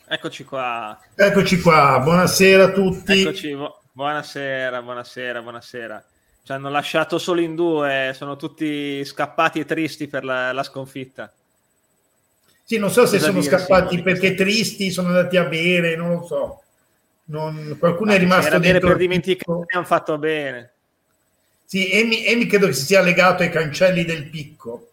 Eccoci qua. Eccoci qua, buonasera a tutti. Eccoci, buonasera. Ci hanno lasciato solo in due, sono tutti scappati e tristi per la sconfitta. Sì, non so se Cosa sono dire, scappati Simone? perché tristi, sono andati a bere, non lo so. Qualcuno Ma è se rimasto era bene dentro per il dimenticare, picco. hanno fatto bene. Sì, Emi credo che si sia legato ai cancelli del picco.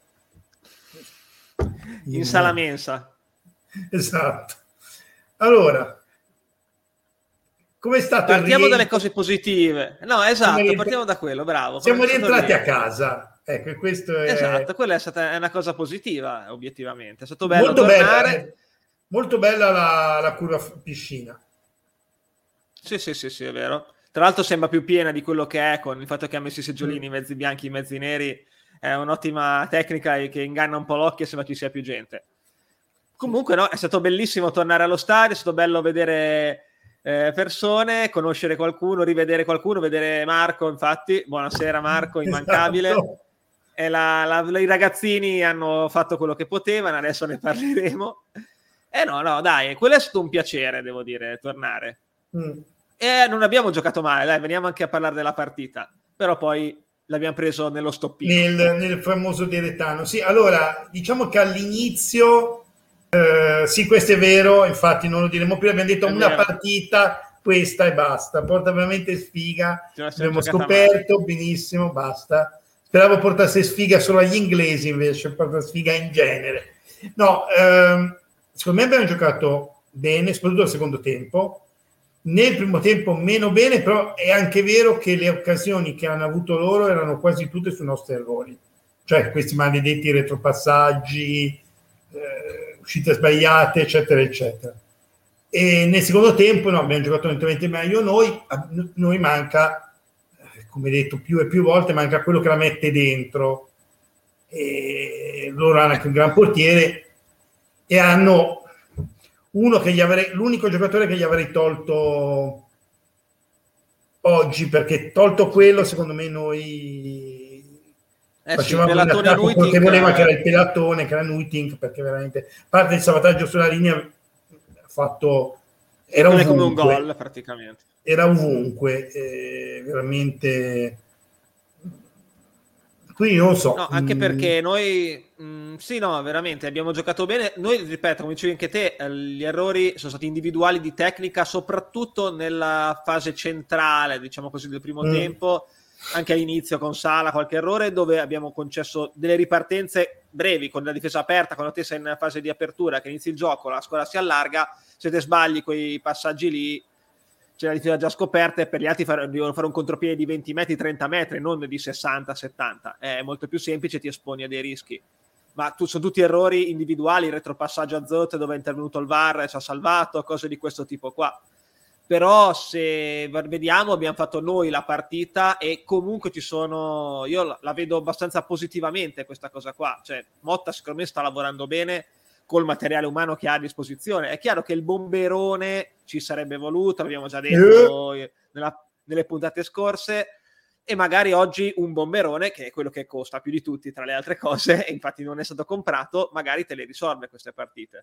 In sala mensa. Esatto. Allora, com'è stato il Partiamo dalle rientro? cose positive. No, Siamo, esatto, rientra- partiamo da quello, bravo. Come siamo è stato il rientrati a rientro? casa. Ecco, questo è Esatto, quella è una cosa positiva, obiettivamente. È stato bello molto bella, tornare. molto bella la curva piscina. Sì, è vero. Tra l'altro sembra più piena di quello che è, con il fatto che ha messo i seggiolini Mm. mezzi bianchi, mezzi neri. È un'ottima tecnica che inganna un po' l'occhio e sembra ci sia più gente. Comunque no, è stato bellissimo tornare allo stadio, è stato bello vedere persone, conoscere qualcuno, rivedere qualcuno, vedere Marco, infatti. Buonasera Marco, immancabile. Esatto. E i ragazzini hanno fatto quello che potevano, adesso ne parleremo. No, dai, quello è stato un piacere, devo dire, tornare. Mm. E non abbiamo giocato male, dai, veniamo anche a parlare della partita. Però poi l'abbiamo preso nello stoppino. Nel famoso dialettano. Sì, allora, diciamo che all'inizio, sì, questo è vero, infatti non lo diremo più, abbiamo detto È una vero, partita, questa e basta, porta veramente sfiga, ce la siamo abbiamo giocata male. scoperto, benissimo, basta. Speravo portasse sfiga solo agli inglesi, invece porta sfiga in genere. No, secondo me abbiamo giocato bene, soprattutto al secondo tempo. Nel primo tempo meno bene, però è anche vero che le occasioni che hanno avuto loro erano quasi tutte sui nostri errori, cioè questi maledetti retropassaggi, uscite sbagliate, eccetera, eccetera. E nel secondo tempo no, abbiamo giocato nettamente meglio noi manca, come detto più e più volte, manca quello che la mette dentro. E loro hanno anche un gran portiere e hanno l'unico giocatore che gli avrei tolto oggi, perché tolto quello secondo me noi Sì, facevamo un Pelatoni e attacco quello che Nuitink. voleva, che era il Pelatone, che era Nuitink, perché veramente a parte il salvataggio sulla linea ha fatto, era Quello è come un ovunque, gol praticamente. veramente. Quindi non so. No, anche perché noi, sì, no, veramente abbiamo giocato bene. Noi, ripeto, come dicevi anche te, gli errori sono stati individuali di tecnica, soprattutto nella fase centrale, diciamo così, del primo tempo. Anche all'inizio con Sala qualche errore, dove abbiamo concesso delle ripartenze brevi con la difesa aperta. Quando te sei in fase di apertura, che inizi il gioco, la squadra si allarga, se te sbagli quei passaggi lì, c'è la difesa già scoperta e per gli altri devono fare un contropiede di 20 metri, 30 metri, non di 60, 70. È molto più semplice, ti esponi a dei rischi. Ma sono tutti errori individuali, il retropassaggio a Zot dove è intervenuto il VAR e ci ha salvato, cose di questo tipo qua. Però se vediamo, abbiamo fatto noi la partita e comunque io la vedo abbastanza positivamente questa cosa qua. Cioè, Motta secondo me sta lavorando bene col materiale umano che ha a disposizione. È chiaro che il bomberone ci sarebbe voluto, l'abbiamo già detto nelle puntate scorse, e magari oggi un bomberone, che è quello che costa più di tutti tra le altre cose, e infatti non è stato comprato, magari te le risolve queste partite.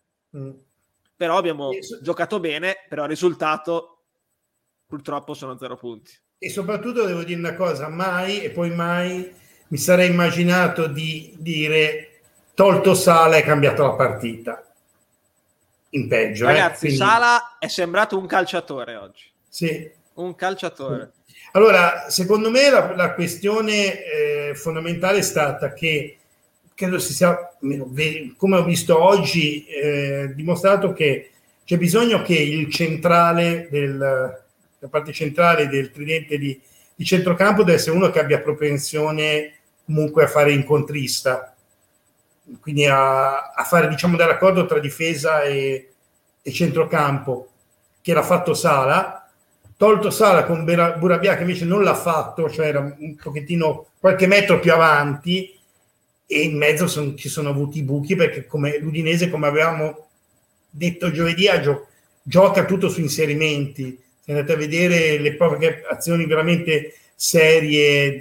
Però abbiamo giocato bene, però il risultato purtroppo sono 0 punti. E soprattutto devo dire una cosa, mai mi sarei immaginato di dire tolto Sala e cambiato la partita in peggio. Ragazzi, Quindi, Sala è sembrato un calciatore oggi. sì. Un calciatore. Allora, secondo me la questione fondamentale è stata che credo si sia, come ho visto oggi, dimostrato che c'è bisogno che il centrale la parte centrale del tridente di centrocampo deve essere uno che abbia propensione comunque a fare incontrista, quindi a fare, diciamo, da raccordo tra difesa e centrocampo, che l'ha fatto Sala. Tolto Sala con Burabia, che invece non l'ha fatto, cioè era un pochettino qualche metro più avanti, e in mezzo ci sono avuti i buchi, perché come l'Udinese, come avevamo detto giovedì, gioca tutto su inserimenti. Se andate a vedere le poche azioni veramente serie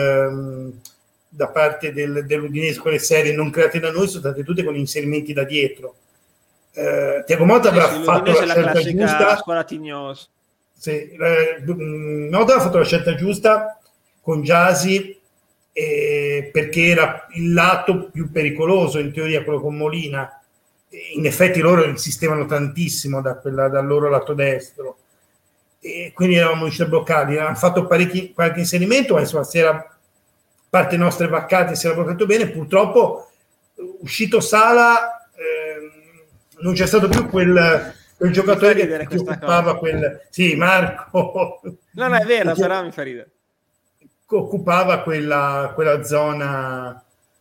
da parte dell'Udinese, quelle serie non create da noi, sono state tutte con inserimenti da dietro. Thiago Motta avrà sì, fatto la scelta giusta. Scuola Tignosi. Sì, Motta ha fatto la scelta giusta con Gyasi, perché era il lato più pericoloso, in teoria quello con Molina. In effetti loro insistevano tantissimo dal loro lato destro, e quindi eravamo riusciti a bloccarli. Hanno fatto qualche inserimento, ma insomma, se era parte nostre vaccate, si era bloccato bene. Purtroppo, uscito Sala, non c'è stato più quel giocatore che occupava quel... Sì, Marco. Non è vero, però mi fa ridere. Occupava quella zona.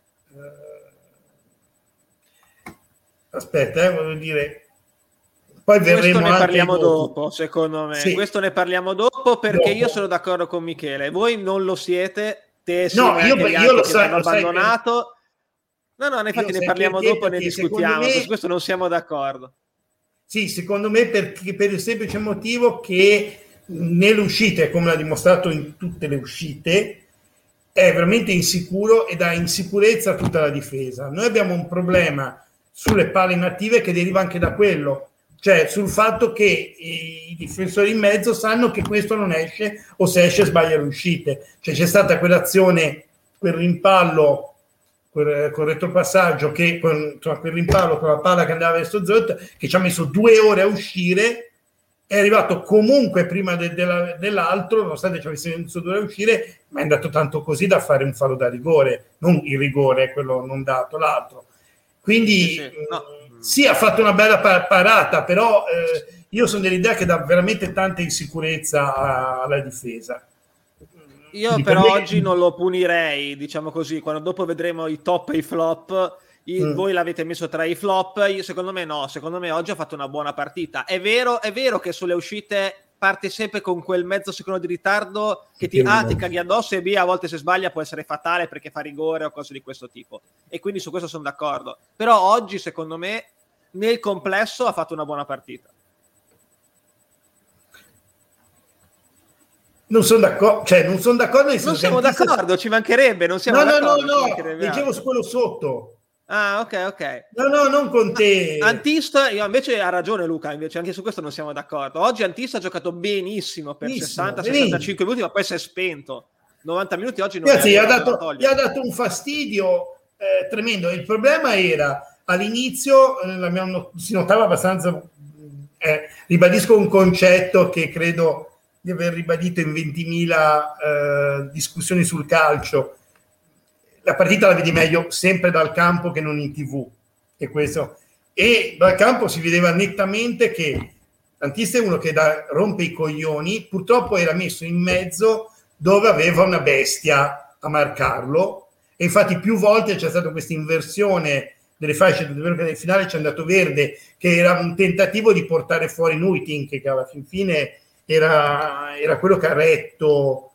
Aspetta, voglio dire. Poi questo ne anche parliamo dopo, secondo me. Sì. Questo ne parliamo dopo, perché io sono d'accordo con Michele. Voi non lo siete. Te sì, no, io lo che hanno abbandonato. No, infatti ne parliamo dopo e ne discutiamo. Su questo non siamo d'accordo. Sì, secondo me per il semplice motivo che nelle uscite, come l'ha dimostrato in tutte le uscite, è veramente insicuro e dà insicurezza a tutta la difesa. Noi abbiamo un problema sulle palle inattive che deriva anche da quello, cioè sul fatto che i difensori in mezzo sanno che questo non esce, o se esce sbaglia le uscite. Cioè c'è stata quell'azione, quel rimpallo, quel retropassaggio, quel rimpallo con la palla che andava verso Zot, che ci ha messo 2 ore a uscire, è arrivato comunque prima dell'altro, nonostante ci avesse messo 2 ore a uscire, ma è andato tanto così da fare un fallo da rigore, non il rigore, quello non dato, l'altro. Quindi sì, ha fatto una bella parata, però io sono dell'idea che dà veramente tanta insicurezza alla difesa. Io quindi però oggi non lo punirei, diciamo così, quando dopo vedremo i top e i flop. Voi l'avete messo tra i flop, secondo me no, secondo me oggi ha fatto una buona partita. È vero che sulle uscite parte sempre con quel mezzo secondo di ritardo che ti caghi addosso, e B, a volte se sbaglia può essere fatale perché fa rigore o cose di questo tipo, e quindi su questo sono d'accordo. Però oggi secondo me nel complesso ha fatto una buona partita. Non sono d'accordo, non siamo d'accordo, ci mancherebbe, non siamo d'accordo. No, leggevo su quello sotto. Ah, ok. No, non con te. Antista, io invece ha ragione Luca, invece anche su questo non siamo d'accordo. Oggi Antista ha giocato benissimo per 60-65 minuti, ma poi si è spento. 90 minuti oggi non gli ha dato un fastidio tremendo. Il problema era all'inizio, si notava abbastanza, ribadisco un concetto che credo di aver ribadito in 20.000 discussioni sul calcio. La partita la vedi meglio sempre dal campo che non in TV, e dal campo si vedeva nettamente che Antista è uno che rompe i coglioni, purtroppo era messo in mezzo dove aveva una bestia a marcarlo, e infatti più volte c'è stata questa inversione delle fasce, dove nel finale c'è andato verde, che era un tentativo di portare fuori Nuitink, che alla fine era quello che ha retto,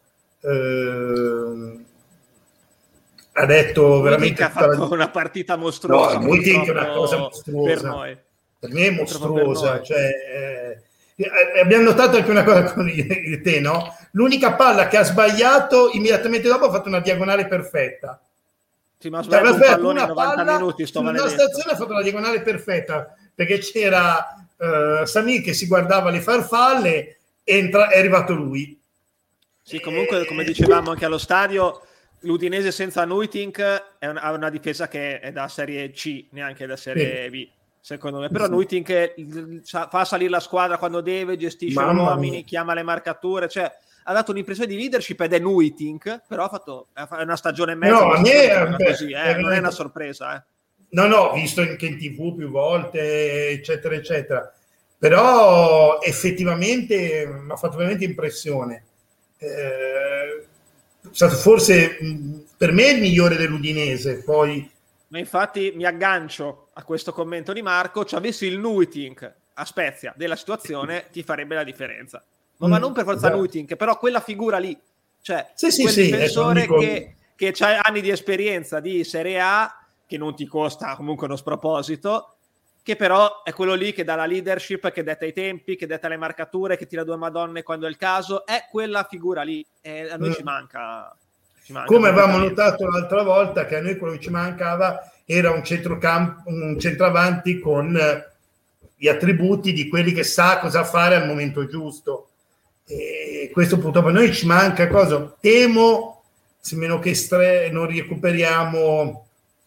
ha detto veramente ha fatto una partita mostruosa. No, Nuitink è una cosa mostruosa per me è mostruosa, abbiamo notato anche una cosa con te, no? L'unica palla che ha sbagliato immediatamente dopo ha fatto una diagonale perfetta. Sì, ma ha sbagliato un pallone in 90 minuti. La nostra azione ha fatto una diagonale perfetta, perché c'era Samir che si guardava le farfalle, è arrivato lui. Sì, comunque come dicevamo anche allo stadio, l'Udinese senza Nuitink ha una difesa che è da Serie C, neanche da Serie B, secondo me. Però Nuitink fa salire la squadra quando deve, gestisce gli uomini, chiama le marcature, cioè ha dato un'impressione di leadership ed è Nuitink, però ha fatto una stagione e mezza. No, così, non è una sorpresa. No, visto anche in TV più volte, eccetera, eccetera. Però effettivamente mi ha fatto veramente impressione. È stato forse per me il migliore dell'Udinese. Poi, ma infatti mi aggancio a questo commento di Marco: ci avessi il Nuitink a Spezia della situazione, ti farebbe la differenza. Ma non per forza Nuitink, però quella figura lì, cioè quel difensore che ha anni di esperienza di Serie A, che non ti costa comunque uno sproposito, che però è quello lì che dà la leadership, che detta i tempi, che detta le marcature, che tira 2 madonne quando è il caso, è quella figura lì, e a noi ci manca. Come avevamo notato l'altra volta, che a noi quello che ci mancava era un centravanti con gli attributi di quelli che sa cosa fare al momento giusto. E questo purtroppo a noi ci manca. Cosa temo, se meno che non recuperiamo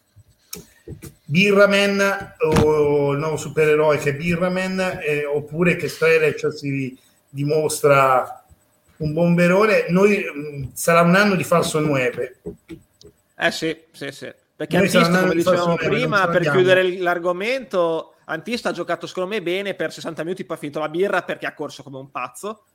Birraman o il nuovo supereroe che è Birraman, oppure che Strelec si dimostra un bomberone, noi sarà un anno di falso 9. Sì. Perché Antista, come dicevamo prima, per chiudere l'argomento, Antista ha giocato secondo me bene per 60 minuti, poi ha finito la birra perché ha corso come un pazzo,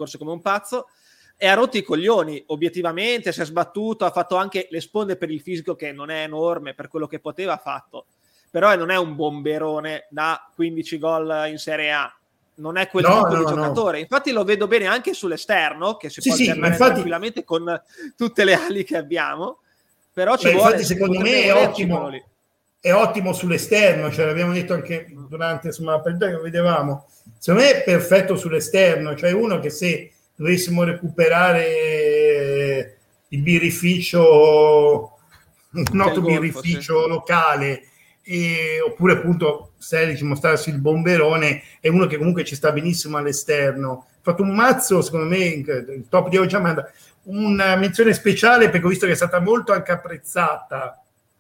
e ha rotto i coglioni, obiettivamente, si è sbattuto, ha fatto anche le sponde per il fisico che non è enorme, per quello che poteva ha fatto, però non è un bomberone da 15 gol in Serie A, non è quel tipo di giocatore. Infatti lo vedo bene anche sull'esterno, che si può alternare tranquillamente con tutte le ali che abbiamo, però ci vuole, infatti secondo me è ottimo sull'esterno, cioè l'abbiamo detto anche durante la partita che vedevamo, secondo me è perfetto sull'esterno, cioè uno che se dovessimo recuperare il birrificio, un noto birrificio locale, oppure appunto Strelec mostrarsi il bomberone, è uno che comunque ci sta benissimo all'esterno. Ha fatto un mazzo, secondo me, il top di oggi. Una menzione speciale perché ho visto che è stata molto anche apprezzata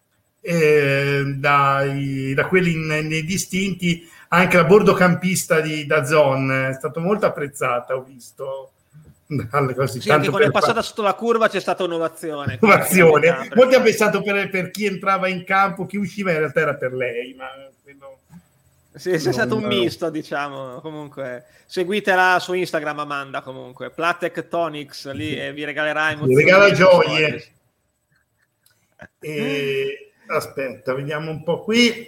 da quelli nei distinti, anche la bordocampista di DAZN è stato molto apprezzata, ho visto. Sì, anche quando è passata sotto la curva c'è stata un'ovazione. Molti hanno pensato per chi entrava in campo, chi usciva in realtà era per lei, ma sì, è stato un misto, diciamo. Comunque seguitela su Instagram, Amanda, comunque Platek Tonics, lì vi regalerà emozioni, vi regala gioie. Aspetta, vediamo un po' qui.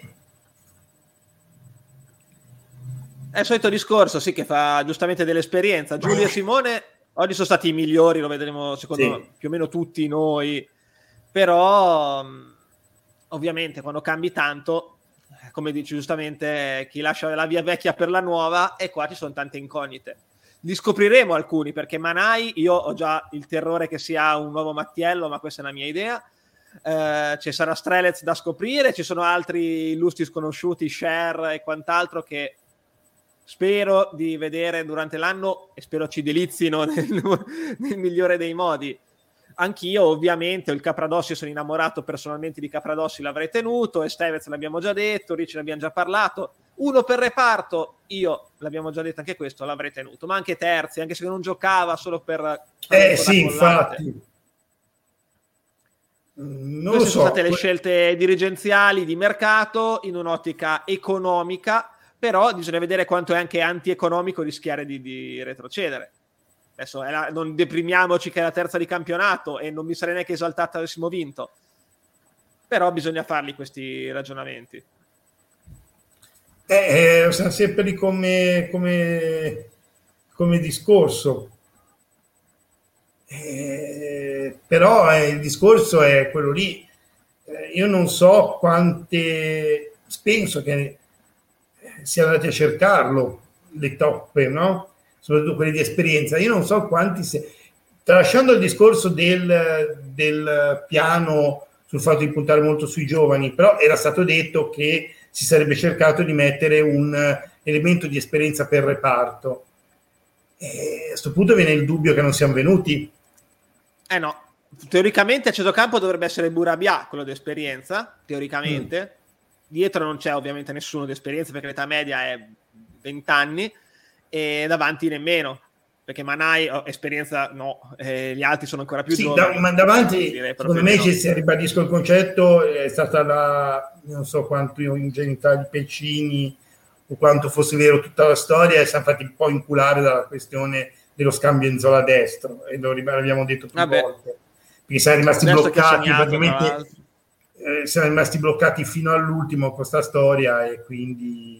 È il solito discorso, sì, che fa giustamente dell'esperienza. Giulio e Simone oggi sono stati i migliori, lo vedremo secondo me, più o meno tutti noi, però ovviamente quando cambi tanto, come dici giustamente, chi lascia la via vecchia per la nuova, e qua ci sono tante incognite. Li scopriremo alcuni, perché Manai, io ho già il terrore che sia un nuovo Mattiello, ma questa è la mia idea. Ci sarà Strelec da scoprire, ci sono altri illustri sconosciuti, Cher e quant'altro, che spero di vedere durante l'anno e spero ci delizino nel migliore dei modi. Anch'io ovviamente il Capradossi, sono innamorato personalmente di Capradossi, l'avrei tenuto, e Stevez l'abbiamo già detto, Ricci l'abbiamo già parlato, uno per reparto, io l'abbiamo già detto anche questo, l'avrei tenuto, ma anche Terzi, anche se non giocava, solo per sì, infatti queste sono state le scelte dirigenziali di mercato in un'ottica economica, però bisogna vedere quanto è anche antieconomico rischiare di retrocedere. Adesso non deprimiamoci che è la terza di campionato e non mi sarei neanche esaltato avessimo vinto, però bisogna farli questi ragionamenti. Siamo sempre lì come discorso, però il discorso è quello lì. Io non so quante, penso che siano andati a cercarlo le toppe, no? Soprattutto quelli di esperienza. Io non so quanti, tralasciando il discorso del piano sul fatto di puntare molto sui giovani, però era stato detto che si sarebbe cercato di mettere un elemento di esperienza per reparto. E a questo punto viene il dubbio che non siamo venuti. No, teoricamente a centrocampo dovrebbe essere Burabia, quello di esperienza, teoricamente. Dietro non c'è ovviamente nessuno di esperienza perché l'età media è 20 anni, e davanti nemmeno, perché Manai esperienza no, gli altri sono ancora più giovani. Ma davanti secondo me se ribadisco il concetto, è stata non so quanto ingenuità di Pecini o quanto fosse vero tutta la storia, e siamo fatti un po' inculare dalla questione dello scambio in zona destro, e lo abbiamo detto più volte, perché siamo rimasti bloccati praticamente, siamo rimasti bloccati fino all'ultimo con questa storia, e quindi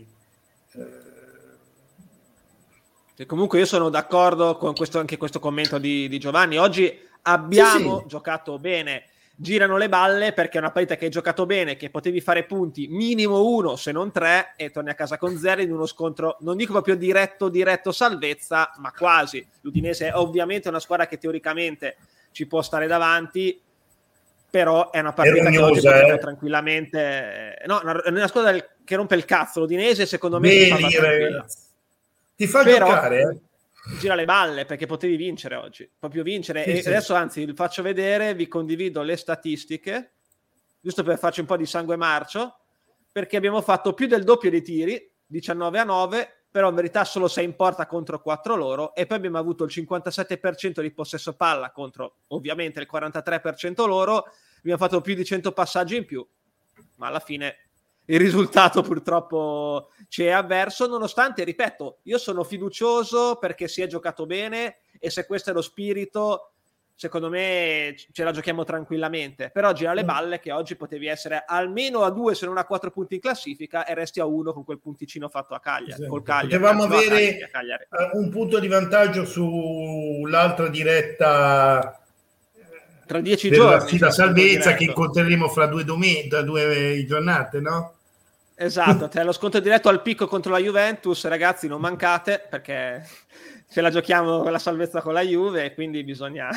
comunque io sono d'accordo con anche questo commento di Giovanni. Oggi abbiamo giocato bene, girano le balle perché è una partita che hai giocato bene, che potevi fare punti minimo 1 se non 3 e torni a casa con 0 in uno scontro, non dico proprio diretto salvezza, ma quasi. L'Udinese è ovviamente una squadra che teoricamente ci può stare davanti, però è una partita che oggi potrebbe tranquillamente, no, è una squadra che rompe il cazzo. L'Udinese secondo me ti fa giocare, gira le balle, perché potevi vincere oggi, proprio vincere. Sì, e sì. Adesso anzi vi faccio vedere, vi condivido le statistiche giusto per farci un po' di sangue marcio, perché abbiamo fatto più del doppio di tiri, 19-9, però in verità solo 6 in porta contro 4 loro, e poi abbiamo avuto il 57% di possesso palla contro ovviamente il 43% loro. Abbiamo fatto più di 100 passaggi in più, ma alla fine il risultato purtroppo ci è avverso, nonostante, ripeto, io sono fiducioso perché si è giocato bene, e se questo è lo spirito, secondo me ce la giochiamo tranquillamente. Però gira le balle che oggi potevi essere almeno a 2 se non a 4 punti in classifica, e resti a 1 con quel punticino fatto a Cagliari, col Cagliari. Potevamo avere un punto di vantaggio sull'altra diretta tra 10 giorni, la salvezza, che incontreremo fra due giornate, no? Esatto, lo scontro diretto al picco contro la Juventus. Ragazzi, non mancate, perché ce la giochiamo con la salvezza con la Juve, e quindi bisogna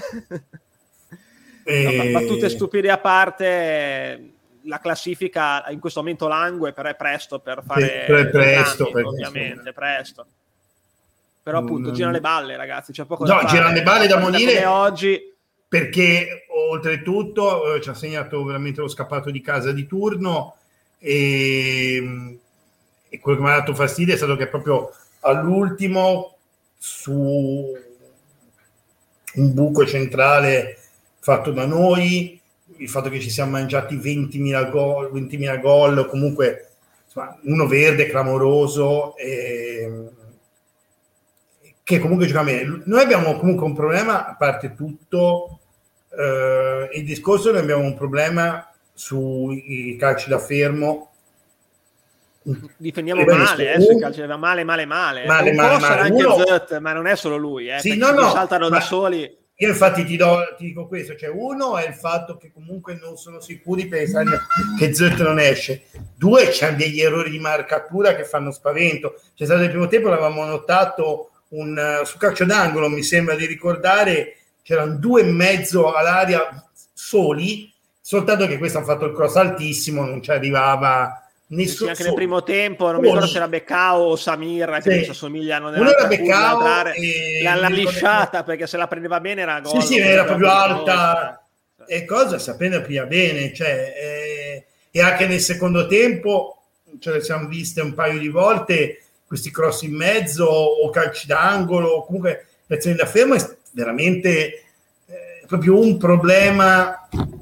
battute stupide a parte. La classifica in questo momento langue, però è presto per fare ovviamente presto. Però appunto girano le balle, ragazzi, c'è poco da fare. Girano le balle da morire oggi, perché oltretutto ci ha segnato veramente lo scappato di casa di turno, e quello che mi ha dato fastidio è stato che proprio all'ultimo, su un buco centrale fatto da noi, il fatto che ci siamo mangiati 20.000 gol, o comunque insomma, uno verde clamoroso, che comunque gioca bene. Noi abbiamo comunque un problema, a parte tutto, il discorso, noi abbiamo un problema sui calci da fermo. Difendiamo male, sui calci da male. Anche Zet, ma non è solo lui, sì, saltano da soli. Io infatti ti dico questo, cioè, uno è il fatto che comunque non sono sicuri pensando che Zet non esce, 2 c'hanno degli errori di marcatura che fanno spavento. C'è stato il primo tempo, l'avevamo notato su calcio d'angolo, mi sembra di ricordare, c'erano 2 e mezzo all'aria soli, soltanto che questo hanno fatto il cross altissimo, non ci arrivava nessuno. Sì, anche nel primo tempo, non mi ricordo se era Beccao o Samir, che ci assomigliano. Uno era Beccao, l'ha lisciata, perché se la prendeva bene era gol. Sì, era proprio alta, e cosa sapendo più bene, cioè, e anche nel secondo tempo ce le siamo viste un paio di volte, questi cross in mezzo o calci d'angolo, o comunque l'azione da fermo è veramente proprio un problema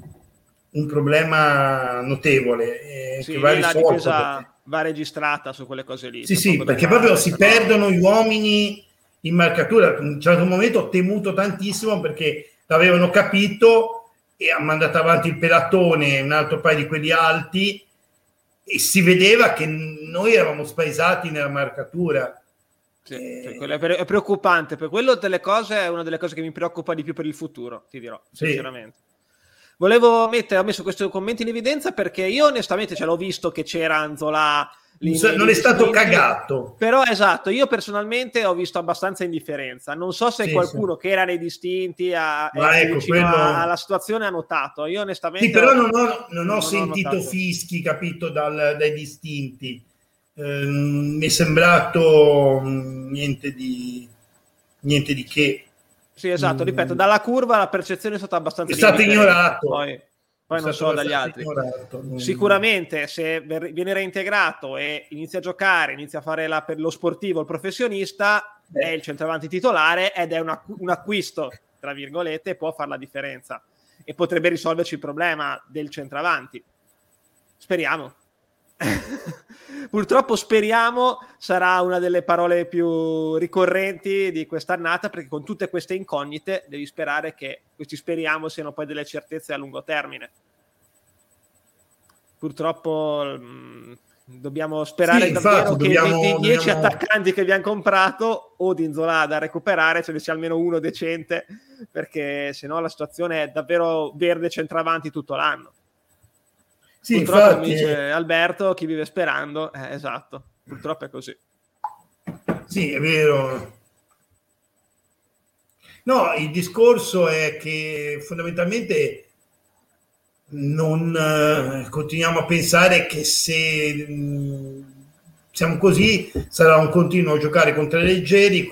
notevole, sì, che va risolto. La difesa va registrata su quelle cose lì. Sì, perché proprio si perdono gli uomini in marcatura. In un certo momento ho temuto tantissimo, perché l'avevano capito e ha mandato avanti il pelatone, un altro paio di quelli alti, e si vedeva che noi eravamo spaesati nella marcatura. È preoccupante. Per quello delle cose è una delle cose che mi preoccupa di più per il futuro, ti dirò, sinceramente. Ho messo questo commento in evidenza perché io onestamente l'ho visto che c'era Anzola, non è stato cagato, però esatto, io personalmente ho visto abbastanza indifferenza. Non so se qualcuno che era nei distinti alla situazione ha notato. Io onestamente però non ho sentito fischi, capito, dai distinti. Mi è sembrato niente di che. Sì, esatto, ripeto, dalla curva la percezione è stata abbastanza ignorato. Poi non so dagli altri. Sicuramente se viene reintegrato e inizia a giocare, inizia a fare per lo sportivo, il professionista, è il centravanti titolare, ed è un acquisto, tra virgolette, può fare la differenza e potrebbe risolverci il problema del centravanti. Speriamo. Purtroppo speriamo sarà una delle parole più ricorrenti di quest'annata, perché con tutte queste incognite devi sperare che questi speriamo siano poi delle certezze a lungo termine. Purtroppo dobbiamo sperare davvero che dei 10 attaccanti che abbiamo comprato, o di Nzola da recuperare, ce ne sia almeno uno decente, perché sennò la situazione è davvero verde centravanti tutto l'anno. Sì, purtroppo mi dice Alberto, chi vive sperando, esatto, purtroppo è così. Sì, è vero. No, il discorso è che fondamentalmente non continuiamo a pensare che se siamo così, sarà un continuo giocare contro i leggeri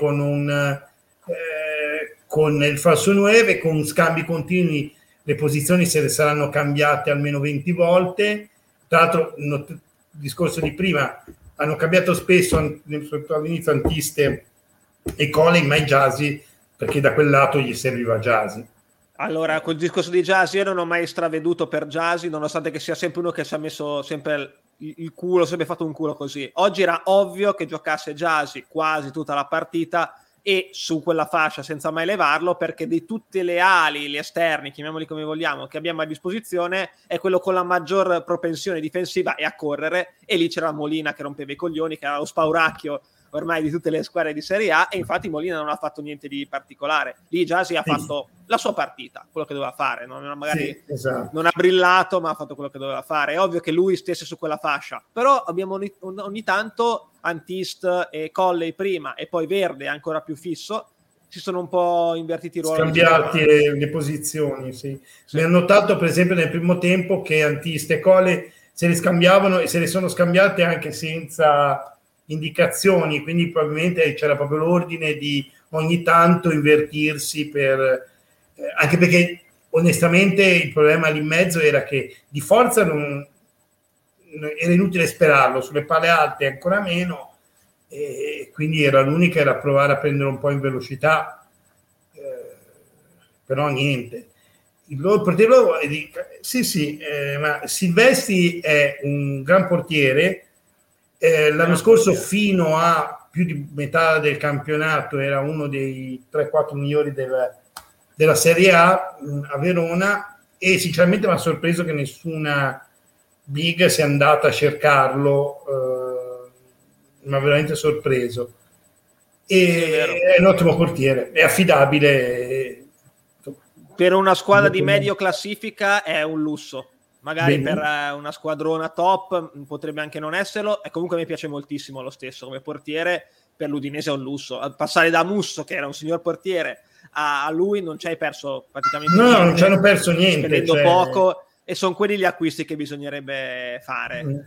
con il falso 9, con scambi continui, le posizioni se le saranno cambiate almeno 20 volte. Tra l'altro, il discorso di prima, hanno cambiato spesso all'inizio Antiste e Coley, mai Gyasi, perché da quel lato gli serviva Gyasi. Allora, col discorso di Gyasi io non ho mai straveduto per Gyasi, nonostante che sia sempre uno che si è messo sempre il culo, sempre fatto un culo così. Oggi era ovvio che giocasse Gyasi quasi tutta la partita e su quella fascia senza mai levarlo, perché di tutte le ali, gli esterni, chiamiamoli come vogliamo, che abbiamo a disposizione, è quello con la maggior propensione difensiva e a correre, e lì c'era Molina che rompeva i coglioni, che era lo spauracchio ormai di tutte le squadre di Serie A, e infatti Molina non ha fatto niente di particolare. Lì Gyasi ha fatto la sua partita, quello che doveva fare, magari esatto. Non ha brillato, ma ha fatto quello che doveva fare. È ovvio che lui stesse su quella fascia, però abbiamo ogni tanto Antist e Colley prima e poi Verde ancora più fisso, si sono un po' invertiti i ruoli, scambiati le posizioni. Sì. Mi hanno notato per esempio nel primo tempo che Antist e Colley se le scambiavano e se le sono scambiate anche senza indicazioni, quindi probabilmente c'era proprio l'ordine di ogni tanto invertirsi anche perché onestamente il problema lì in mezzo era che di forza era inutile sperarlo, sulle palle alte ancora meno, e quindi l'unica era provare a prendere un po' in velocità, però niente. Il loro portiere, ma Silvestri è un gran portiere. L'anno scorso fino a più di metà del campionato era uno dei 3-4 migliori della Serie A a Verona, e sinceramente mi ha sorpreso che nessuna big sia andata a cercarlo, mi ha veramente sorpreso. È un ottimo portiere, è affidabile. Per una squadra di medio classifica è un lusso. Magari per una squadrona top potrebbe anche non esserlo, e comunque mi piace moltissimo lo stesso come portiere. Per l'Udinese è un lusso. Passare da Musso, che era un signor portiere, a lui non ci hai perso praticamente niente. No, non ci hanno perso niente. Spendendo poco, e sono quelli gli acquisti che bisognerebbe fare.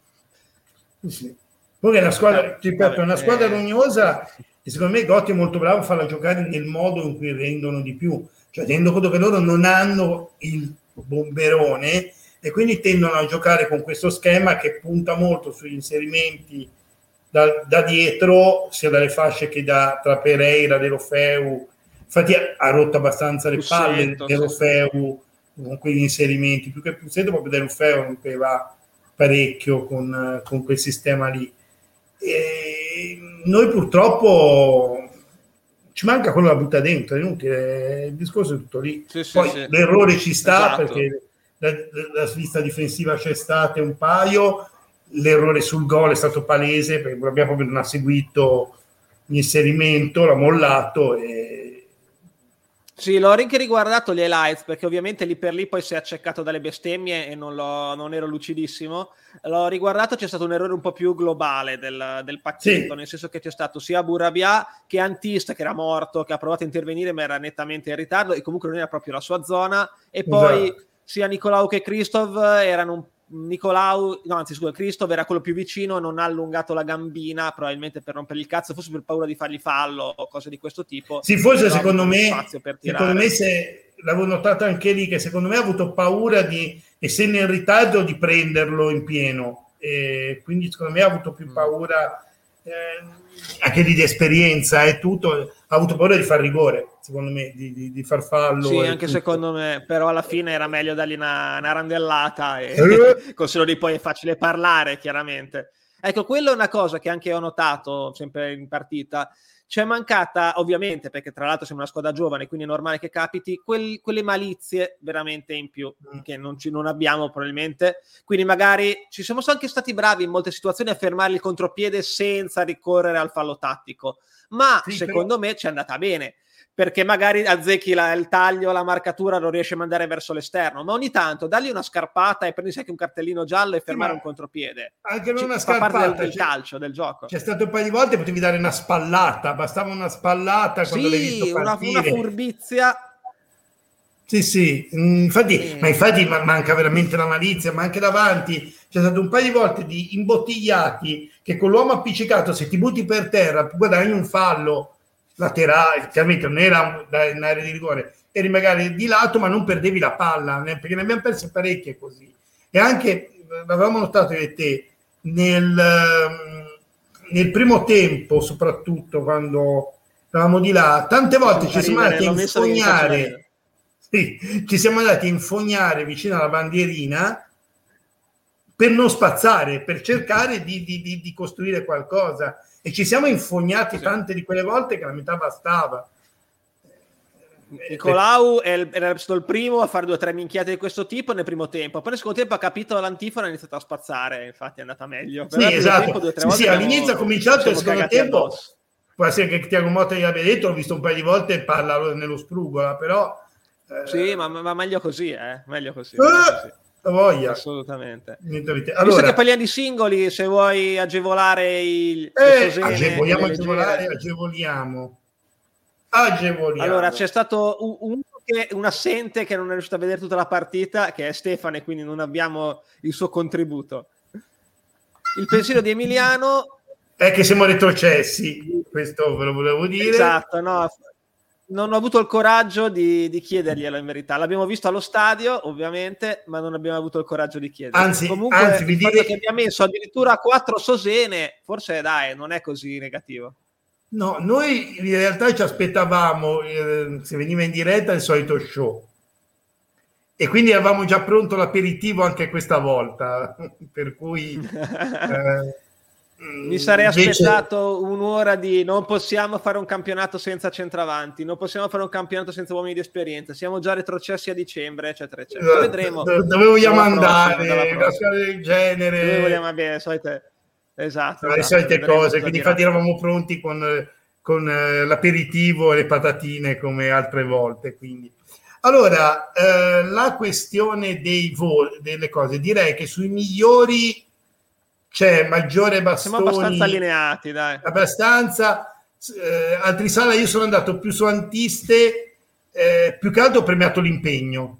Sì. Poi è una squadra, è una squadra rognosa, e secondo me Gotti è molto bravo a farla giocare nel modo in cui rendono di più. Cioè, tenendo conto che loro non hanno il bomberone, e quindi tendono a giocare con questo schema che punta molto sugli inserimenti da dietro, sia dalle fasce che tra Pereira, De Lofeu. Infatti ha rotto abbastanza le palle De Lofeu con quegli inserimenti, più che Puzzetto, proprio De Lofeu rompeva parecchio con quel sistema lì. E noi purtroppo ci manca quello da butta dentro, è inutile, il discorso è tutto lì. Poi l'errore ci sta, esatto, perché la svista difensiva c'è stata un paio, l'errore sul gol è stato palese perché abbiamo proprio non ha seguito l'inserimento, l'ha mollato. Sì, l'ho anche riguardato gli highlights, perché ovviamente lì per lì poi si è acceccato dalle bestemmie e non ero lucidissimo. L'ho riguardato, c'è stato un errore un po' più globale del pacchetto, nel senso che c'è stato sia Burabia che Antista, che era morto, che ha provato a intervenire ma era nettamente in ritardo e comunque non era proprio la sua zona, e poi sia Nicolau che Christoph erano Christoph era quello più vicino, non ha allungato la gambina, probabilmente per rompere il cazzo, forse per paura di fargli fallo o cose di questo tipo. Sì, forse secondo me se l'avevo notato anche lì, che secondo me ha avuto paura di, essendo in ritardo, di prenderlo in pieno, e quindi secondo me ha avuto più paura, anche di esperienza e tutto, ha avuto paura di far rigore, secondo me, di far fallo. Sì, anche tutto. Secondo me, però alla fine era meglio dargli una randellata, e così di poi è facile parlare, chiaramente. Ecco, quello è una cosa che anche ho notato sempre in partita. C'è mancata, ovviamente, perché tra l'altro siamo una squadra giovane, quindi è normale che capiti, quelle malizie veramente in più, che non abbiamo probabilmente. Quindi magari ci siamo anche stati bravi in molte situazioni a fermare il contropiede senza ricorrere al fallo tattico, ma sì, secondo me ci è andata bene, perché magari azzecchi il taglio, la marcatura, non riesce a mandare verso l'esterno, ma ogni tanto dagli una scarpata e prendi anche un cartellino giallo e fermare un contropiede. Anche non una scarpata, fa parte del calcio, del gioco. C'è stato un paio di volte potevi dare una spallata, bastava una spallata quando l'hai visto partire. Una furbizia. Sì, infatti, ma manca veramente la malizia, ma anche davanti c'è stato un paio di volte di imbottigliati che con l'uomo appiccicato, se ti butti per terra, guadagni un fallo laterale, chiaramente non era in area di rigore, eri magari di lato, ma non perdevi la palla, perché ne abbiamo perse parecchie così. E anche, l'avevamo notato io e te, nel primo tempo, soprattutto quando eravamo di là, tante volte ci siamo andati a infognare. Sì, ci siamo andati a infognare vicino alla bandierina per non spazzare, per cercare di costruire qualcosa, e ci siamo infognati tante di quelle volte che la metà bastava. Nicolau era stato il primo a fare 2 o 3 minchiate di questo tipo nel primo tempo, poi nel secondo tempo ha capito l'antifona e ha iniziato a spazzare, infatti è andata meglio. Però esatto. All'inizio ha cominciato, il secondo tempo può essere che Thiago Motta gli abbia detto, l'ho visto un paio di volte e parla nello Sprugola, però sì, ma meglio così, meglio così. La voglia. Assolutamente. Allora, visto che parliamo di singoli, se vuoi agevolare agevoliamo. Allora, c'è stato un assente che non è riuscito a vedere tutta la partita, che è Stefano, e quindi non abbiamo il suo contributo. Il pensiero di Emiliano è che siamo retrocessi, questo ve lo volevo dire. Esatto, no, non ho avuto il coraggio di chiederglielo, in verità. L'abbiamo visto allo stadio, ovviamente, ma non abbiamo avuto il coraggio di chiederlo. Comunque, il fatto che abbia messo addirittura 4 Sosene, forse non è così negativo. No, noi in realtà ci aspettavamo, se veniva in diretta, il solito show. E quindi avevamo già pronto l'aperitivo anche questa volta, per cui... mi sarei aspettato un'ora di non possiamo fare un campionato senza centravanti, non possiamo fare un campionato senza uomini di esperienza, siamo già retrocessi a dicembre, eccetera, eccetera. Esatto. Vedremo dove vogliamo andare, una cosa del genere, dove vogliamo andare, esatto, le solite cose, quindi infatti eravamo pronti con l'aperitivo e le patatine come altre volte. Quindi allora la questione delle cose, direi che sui migliori c'è Maggiore Bastoni. Siamo abbastanza allineati, dai. Abbastanza. Altri Sala, io sono andato più su Antiste, più che altro ho premiato l'impegno.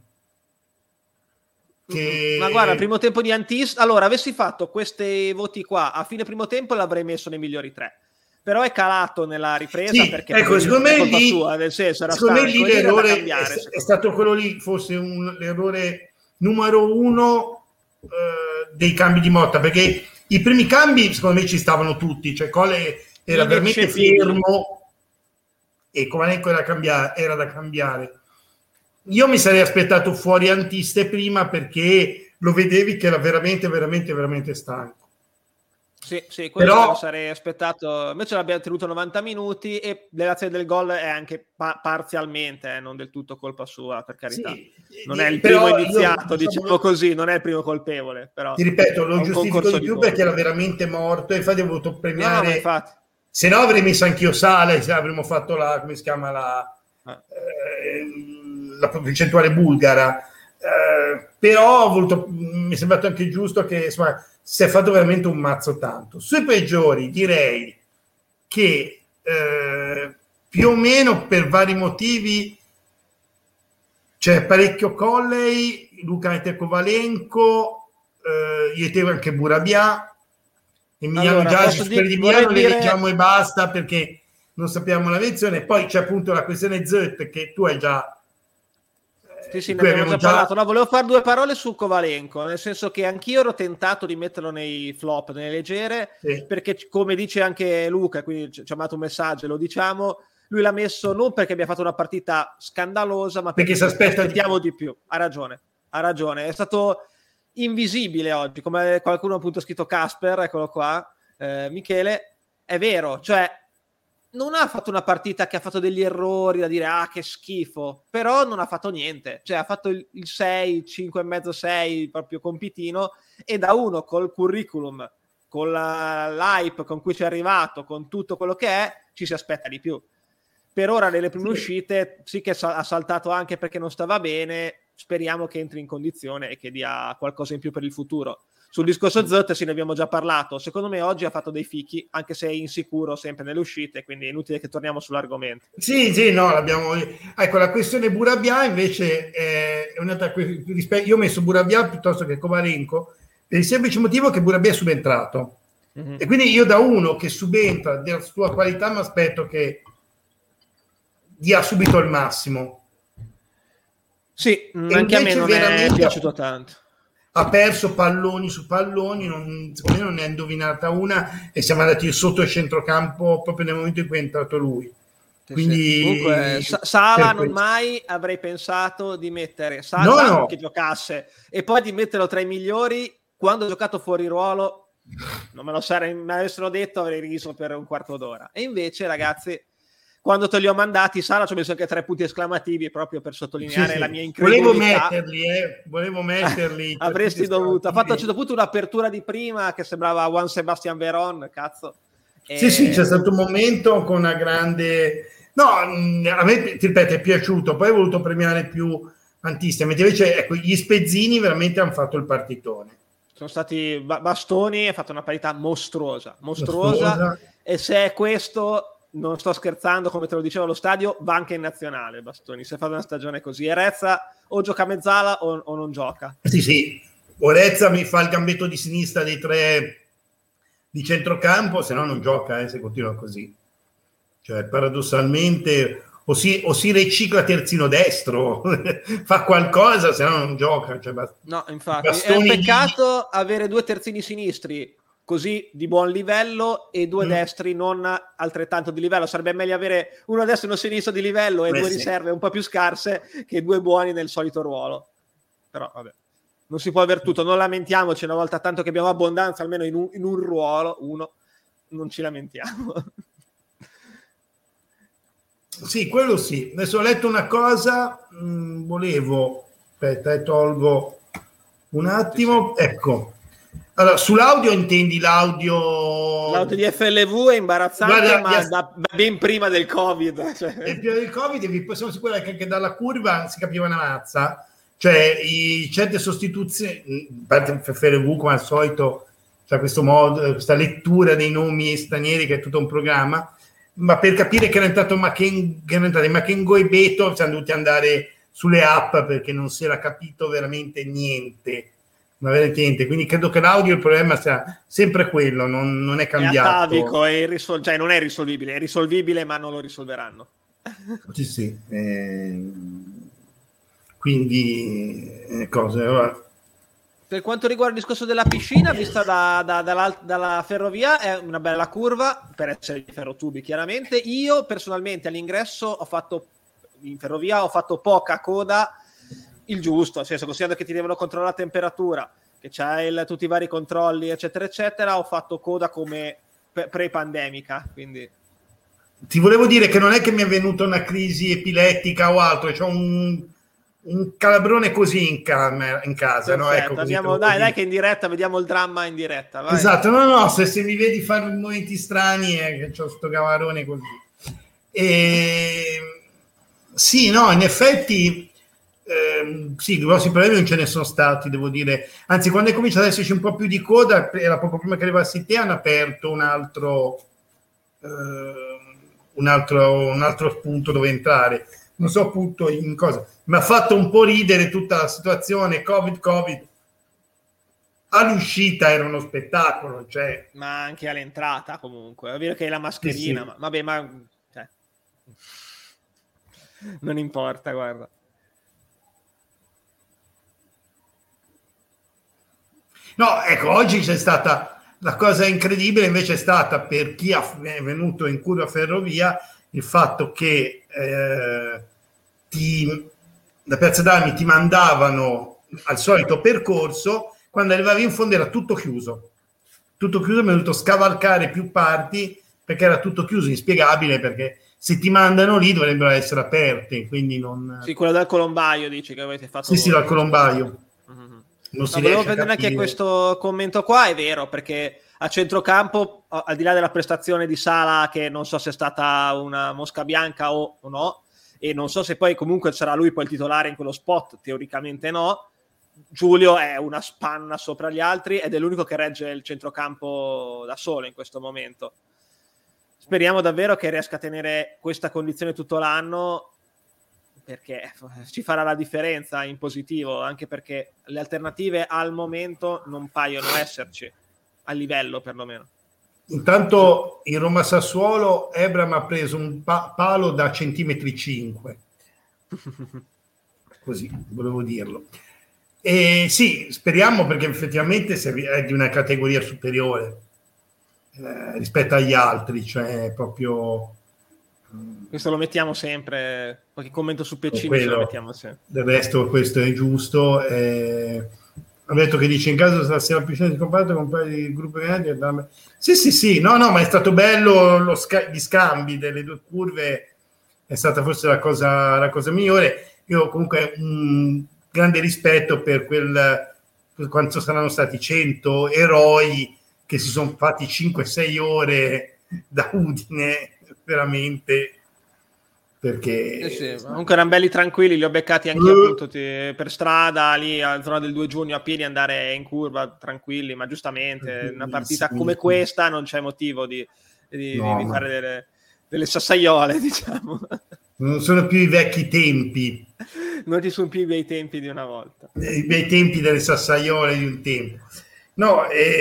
Ma guarda, il primo tempo di Antiste, allora, avessi fatto questi voti qua a fine primo tempo l'avrei messo nei migliori 3. Però è calato nella ripresa, sì, perché secondo me lì, sua, nel senso, era secondo me lì l'errore è stato quello lì, forse l'errore numero 1 dei cambi di Motta, perché i primi cambi secondo me ci stavano tutti, cioè Cole era veramente fermo e Kovalenko era da cambiare. Io mi sarei aspettato fuori Antiste prima, perché lo vedevi che era veramente veramente veramente stanco. Sì, quello sarei aspettato. Invece l'abbiamo tenuto 90 minuti e l'azione del gol è anche parzialmente, non del tutto colpa sua, per carità. Sì, non è il primo iniziato, diciamo così, non è il primo colpevole. Però ti ripeto, lo giustifico di più perché era veramente morto e infatti ho voluto premiare. No, se no avrei messo anch'io Sale, se avremmo fatto come si chiama la percentuale bulgara. Però mi è sembrato anche giusto che insomma si è fatto veramente un mazzo tanto. Sui peggiori direi che più o meno per vari motivi c'è parecchio Colley, Luca mette Kovalenko, io tevo anche Burabia, Emiliano Giaci, quelli di Milano li leggiamo e basta perché non sappiamo la lezione. Poi c'è appunto la questione Zöt che tu hai già Sì, ne abbiamo già parlato. No, volevo fare 2 parole su Kovalenko, nel senso che anch'io ero tentato di metterlo nei flop, nelle leggere, perché come dice anche Luca, quindi ci ha mandato un messaggio, lo diciamo, lui l'ha messo non perché abbia fatto una partita scandalosa, ma perché aspettiamo di più. Ha ragione, è stato invisibile oggi, come qualcuno appunto ha scritto Casper, eccolo qua, Michele, è vero, cioè non ha fatto una partita che ha fatto degli errori da dire che schifo, però non ha fatto niente, cioè ha fatto il 6, 5,5, 6 proprio compitino, e da uno col curriculum, con l'hype con cui ci è arrivato, con tutto quello che è, ci si aspetta di più. Per ora nelle prime uscite sì che ha saltato anche perché non stava bene, speriamo che entri in condizione e che dia qualcosa in più per il futuro. Sul discorso Zot ne abbiamo già parlato. Secondo me oggi ha fatto dei fichi, anche se è insicuro sempre nelle uscite, quindi è inutile che torniamo sull'argomento. Sì, no, l'abbiamo. Ecco, la questione Burabia invece è un'altra. Io ho messo Burabia piuttosto che Kovalenko per il semplice motivo che Burabia è subentrato. Mm-hmm. E quindi io da uno che subentra della sua qualità mi aspetto che dia subito il massimo. Sì, anche a me non è piaciuto tanto. Ha perso palloni su palloni, secondo me non ne ha indovinata una e siamo andati sotto il centrocampo proprio nel momento in cui è entrato lui. Quindi comunque Sala non mai avrei pensato di mettere Sala che giocasse e poi di metterlo tra i migliori quando ho giocato fuori ruolo. Non me l'avessero detto, avrei riso per un quarto d'ora. E invece, ragazzi, quando te li ho mandati, Sala, ci ho messo anche 3 punti esclamativi proprio per sottolineare la mia incredulità. Volevo metterli. Avresti dovuto. Ha fatto a un certo punto un'apertura di prima che sembrava Juan Sebastian Veron, cazzo. Sì, c'è stato un momento con una grande. No, a me, ti ripeto, è piaciuto. Poi ho voluto premiare più Antista. Invece, ecco, gli Spezzini veramente hanno fatto il partitone. Sono stati Bastoni, ha fatto una parità mostruosa. E se è questo, non sto scherzando, come te lo dicevo allo stadio, va anche in nazionale Bastoni, se fa una stagione così. Rezza o gioca a mezzala o non gioca. Sì, Rezza mi fa il gambetto di sinistra dei 3 di centrocampo, se no non gioca, se continua così. Cioè, paradossalmente, o si ricicla terzino destro, fa qualcosa, se no non gioca. Cioè, no, infatti, è un peccato avere 2 terzini sinistri così di buon livello e 2 destri non altrettanto di livello. Sarebbe meglio avere uno destro e uno sinistro di livello e 2 riserve un po' più scarse che 2 buoni nel solito ruolo. Però vabbè, non si può aver tutto, non lamentiamoci una volta tanto che abbiamo abbondanza almeno in un ruolo, non ci lamentiamo. Sì, quello sì. Adesso ho letto una cosa, tolgo un attimo, sì. Ecco. Allora, sull'audio intendi l'audio di FLV è imbarazzante, ma da ben prima del Covid. Cioè. Prima del Covid siamo sicuri che anche dalla curva si capiva una mazza. Cioè, certe sostituzioni, a parte FLV come al solito, cioè questo modo, questa lettura dei nomi stranieri che è tutto un programma, ma per capire che era entrato Makengo e Beto siamo dovuti andare sulle app perché non si era capito veramente niente. Quindi credo che l'audio il problema sia sempre quello, non è cambiato. È atavico, cioè non è risolvibile, è risolvibile ma non lo risolveranno. Sì. Quindi cose. Per quanto riguarda il discorso della piscina, vista dalla ferrovia, è una bella curva per essere di ferrotubi, chiaramente. Io personalmente all'ingresso in ferrovia ho fatto poca coda, il giusto, nel senso, considerando che ti devono controllare la temperatura, che c'hai tutti i vari controlli, eccetera, eccetera, ho fatto coda come pre-pandemica, quindi. Ti volevo dire che non è che mi è venuta una crisi epilettica o altro, c'ho un calabrone così in casa. Perfetto, no? Ecco, così dai che in diretta vediamo il dramma in diretta. Vai. Esatto, no, se mi vedi fare movimenti strani è che c'ho sto calabrone così. Sì, no, in effetti sì, grossi problemi non ce ne sono stati, devo dire. Anzi, quando è cominciato ad esserci un po' più di coda, era poco prima che arrivassi te, hanno aperto un altro punto dove entrare. Non so appunto in cosa. Mi ha fatto un po' ridere tutta la situazione Covid. All'uscita era uno spettacolo, cioè. Ma anche all'entrata comunque. È vero che è la mascherina, sì. Vabbè, cioè, non importa, guarda. No, ecco, oggi c'è stata la cosa incredibile, invece è stata per chi è venuto in curva ferrovia il fatto che da Piazza d'Armi ti mandavano al solito percorso, quando arrivavi in fondo era tutto chiuso, mi è dovuto scavalcare più parti perché era tutto chiuso, inspiegabile, perché se ti mandano lì dovrebbero essere aperte, quindi non. Sì, quello dal colombaio dici che avete fatto. Sì, dal colombaio. Non volevo prendere anche questo commento qua, è vero, perché a centrocampo, al di là della prestazione di Sala, che non so se è stata una mosca bianca o no, e non so se poi comunque sarà lui poi il titolare in quello spot, teoricamente no, Giulio è una spanna sopra gli altri ed è l'unico che regge il centrocampo da solo in questo momento. Speriamo davvero che riesca a tenere questa condizione tutto l'anno, perché ci farà la differenza in positivo, anche perché le alternative al momento non paiono esserci, a livello perlomeno. Intanto in Roma-Sassuolo Ebram ha preso un palo da centimetri 5. Così, volevo dirlo. E sì, speriamo, perché effettivamente è di una categoria superiore rispetto agli altri, cioè proprio... Questo lo mettiamo sempre, qualche commento su Peccini ce lo mettiamo sempre. Del resto questo è giusto. Ha detto che dice in caso stasera più di comparato con il gruppo grande. Sì, no, ma è stato bello gli scambi delle due curve, è stata forse la cosa migliore. Io comunque un grande rispetto per quanto saranno stati 100 eroi che si sono fatti 5-6 ore da Udine, veramente, perché sì. Comunque erano belli tranquilli, li ho beccati anche appunto per strada lì alla zona del 2 giugno a piedi, andare in curva tranquilli, ma giustamente una partita come questa non c'è motivo di fare delle sassaiole, diciamo. Non sono più i vecchi tempi, non ci sono più i bei tempi di una volta, i bei tempi delle sassaiole di un tempo. No,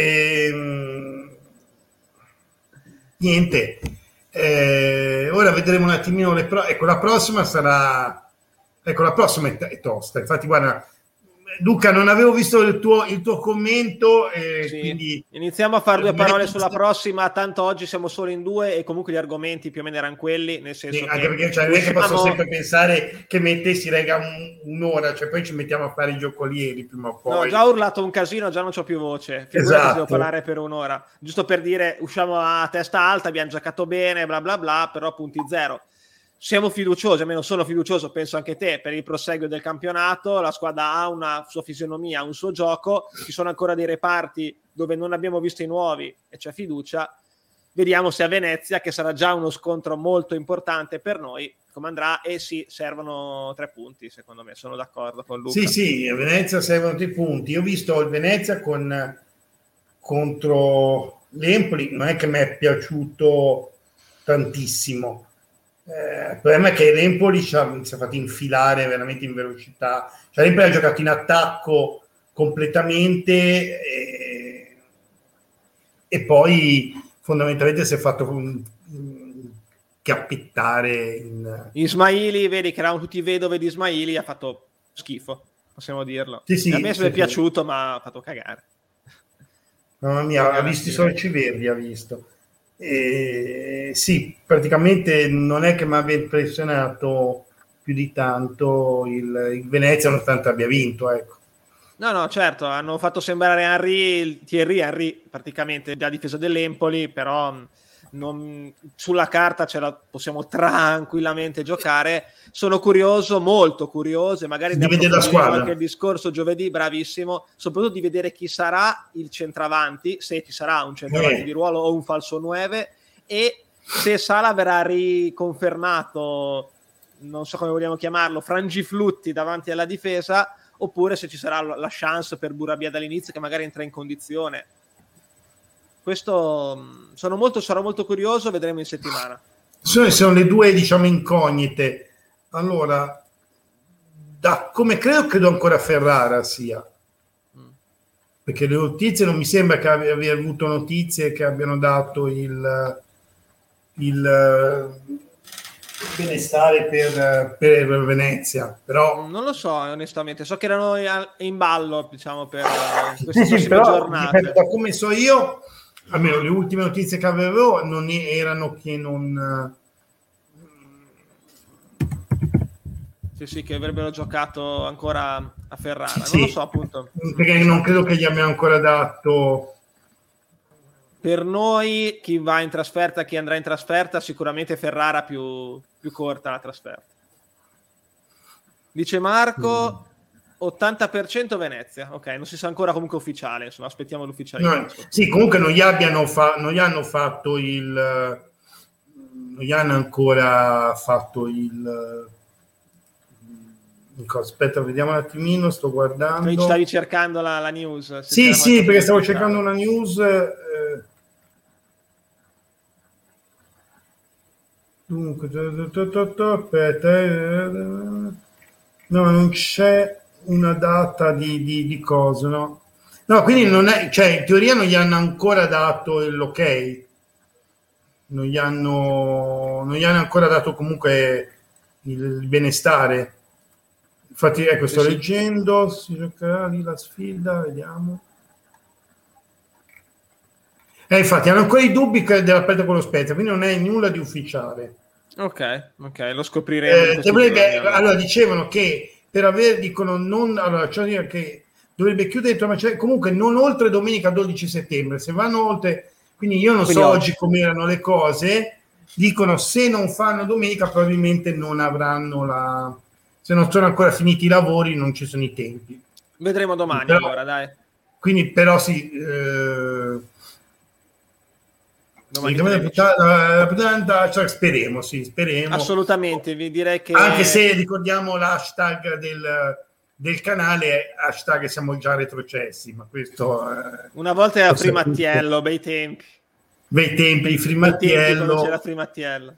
niente. Ora vedremo un attimino la prossima sarà, la prossima è tosta. Infatti, guarda, Luca, non avevo visto il tuo commento, sì. Quindi iniziamo a fare due parole sulla prossima, tanto oggi siamo solo in due e comunque gli argomenti più o meno erano quelli, nel senso sì, anche perché non è che posso sempre pensare che mettessi un'ora, cioè poi ci mettiamo a fare i giocolieri prima o poi. No, già ho urlato un casino, già non c'ho più voce, esatto. Devo parlare per un'ora, giusto per dire usciamo a testa alta, abbiamo giocato bene, bla bla bla, però punti zero. Siamo fiduciosi, almeno sono fiducioso, penso anche te, per il proseguo del campionato. La squadra ha una sua fisionomia, un suo gioco, ci sono ancora dei reparti dove non abbiamo visto i nuovi e c'è fiducia. Vediamo se a Venezia, che sarà già uno scontro molto importante per noi, come andrà. E sì, servono 3 punti, secondo me, sono d'accordo con Luca. Sì, a Venezia servono 3 punti. Io ho visto il Venezia contro l'Empoli, non è che mi è piaciuto tantissimo. Il problema è che l'Empoli si è fatto infilare veramente in velocità, cioè l'Empoli ha giocato in attacco completamente e poi fondamentalmente si è fatto chiappettare Ismaili, vedi che erano tutti vedove di Ismaili, ha fatto schifo, possiamo dirlo. Sì, a me è piaciuto, ma ha fatto cagare. Mamma mia, ha visto i solci verdi, ha visto. Sì, praticamente non è che mi abbia impressionato più di tanto il Venezia, nonostante abbia vinto, ecco. No, certo, hanno fatto sembrare Thierry Henry praticamente la difesa dell'Empoli, però sulla carta ce la possiamo tranquillamente giocare. Sono curioso, molto curioso, e magari ne approfondiremo anche il discorso giovedì, bravissimo, soprattutto di vedere chi sarà il centravanti, se ci sarà un centravanti di ruolo o un falso 9, e se Sala verrà riconfermato, non so come vogliamo chiamarlo, frangiflutti davanti alla difesa, oppure se ci sarà la chance per Burabia dall'inizio, che magari entra in condizione. Questo sarò molto curioso, vedremo in settimana. Sono le due, diciamo, incognite. Allora, come credo ancora Ferrara sia, perché le notizie non mi sembra che abbia avuto notizie che abbiano dato il benestare per Venezia, però non lo so onestamente, so che erano in ballo, diciamo, per queste prossime giornate. Ripeto, da come so io, almeno le ultime notizie che avevo non erano che non sì, che avrebbero giocato ancora a Ferrara, sì, non lo so, appunto, perché non credo che gli abbiano ancora dato. Per noi, chi va in trasferta, chi andrà in trasferta, sicuramente Ferrara più corta la trasferta. Dice Marco, 80% Venezia. Ok, non si sa ancora comunque ufficiale, insomma, aspettiamo l'ufficialità. No, sì, comunque non gli hanno fatto non gli hanno ancora fatto Aspetta, vediamo un attimino, sto guardando. Stavi cercando la news? Sì, perché stavo cercando una news. Dunque, aspetta, no, non c'è una data di cosa, no? No, quindi non è, cioè, in teoria non gli hanno ancora dato l'ok, non gli hanno ancora dato comunque il benestare. Infatti, ecco, sto leggendo, si giocherà lì la sfida, vediamo. Infatti hanno ancora i dubbi della partita con lo Spezia, quindi non è nulla di ufficiale. Ok, lo scopriremo. Allora dicevano che dicono non, allora cioè dire che dovrebbe chiudere comunque non oltre domenica 12 settembre, se vanno oltre, quindi io non so oggi come erano le cose, dicono se non fanno domenica probabilmente non avranno se non sono ancora finiti i lavori non ci sono i tempi. Vedremo domani allora, dai. Quindi però sì, cioè, speriamo. Assolutamente, vi direi che anche se ricordiamo l'hashtag del canale, hashtag siamo già retrocessi, ma questo una volta era Frimattiello, bei tempi di Frimattiello, c'era Frimattiello.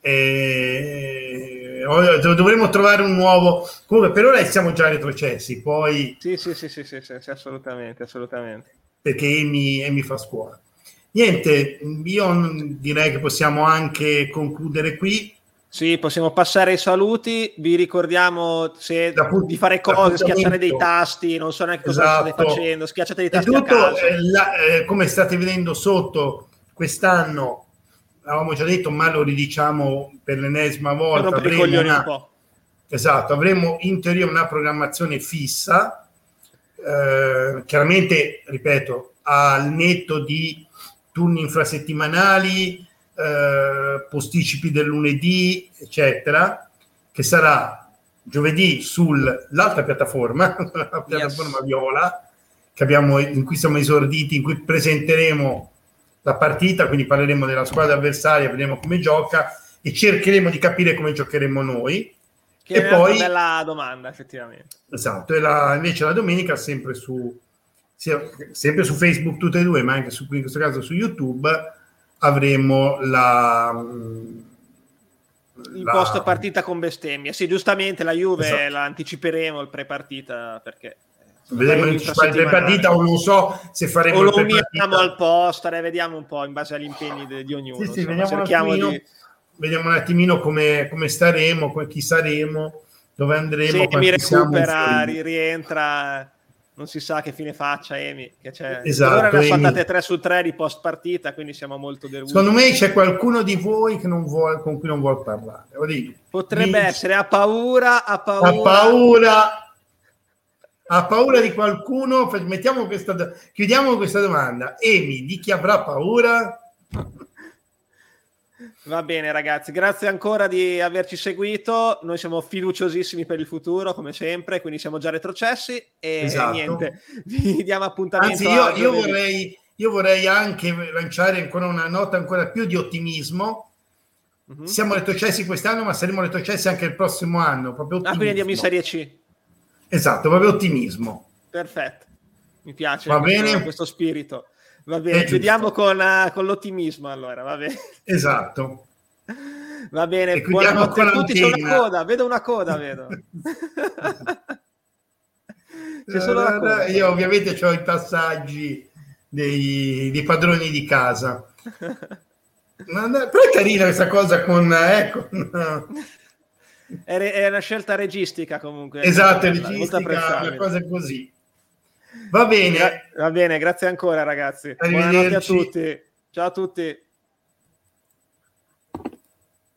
Dovremmo trovare un nuovo, comunque per ora siamo già retrocessi, poi sì, assolutamente perché Emi fa scuola. Niente, io direi che possiamo anche concludere qui. Sì, possiamo passare ai saluti. Vi ricordiamo di fare cose, schiacciare dei tasti, non so neanche cosa state facendo, schiacciate dei tasti a caso. Come state vedendo sotto, quest'anno l'avevamo già detto, ma lo ridiciamo per l'ennesima volta. Avremo in teoria una programmazione fissa, chiaramente, ripeto, al netto di turni infrasettimanali, posticipi del lunedì, eccetera, che sarà giovedì sull'altra piattaforma, la piattaforma Viola, in cui siamo esorditi, in cui presenteremo la partita, quindi parleremo della squadra avversaria, vedremo come gioca e cercheremo di capire come giocheremo noi. Che è una bella domanda, effettivamente. Esatto, e invece la domenica sempre su Facebook tutte e due, ma anche in questo caso su YouTube avremo il post partita con bestemmia. Sì, giustamente la Juve la anticiperemo il pre-partita, perché vedremo il pre-partita, o non so se faremo o lo uniamo al post, vediamo un po' in base agli impegni di ognuno. Sì, vediamo un attimino come staremo, chi saremo, dove andremo. Se mi recupera, rientra, non si sa che fine faccia Emi, che c'è. Ora ne ha saltate 3 su 3 di post partita, quindi siamo molto delusi. Secondo me c'è qualcuno di voi che con cui non vuole parlare. Potrebbe essere, ha paura di qualcuno. Chiudiamo questa domanda. Emi, di chi avrà paura? Va bene ragazzi, grazie ancora di averci seguito, noi siamo fiduciosissimi per il futuro come sempre, quindi siamo già retrocessi e niente, vi diamo appuntamento. Anzi, io vorrei anche lanciare ancora una nota ancora più di ottimismo. Siamo retrocessi quest'anno, ma saremo retrocessi anche il prossimo anno, proprio ottimismo. Quindi andiamo in Serie C. Esatto, proprio ottimismo. Perfetto, mi piace questo spirito. Va bene, chiudiamo con l'ottimismo allora, va bene. Esatto. Va bene, buonanotte a tutti, c'è una coda, vedo una coda, vedo. C'è solo la coda. Io ovviamente ho i passaggi dei padroni di casa. Però è carina questa cosa è una scelta registica comunque. Esatto, registica, una cosa così. Va bene. Va bene, grazie ancora ragazzi. Buonanotte a tutti. Ciao a tutti.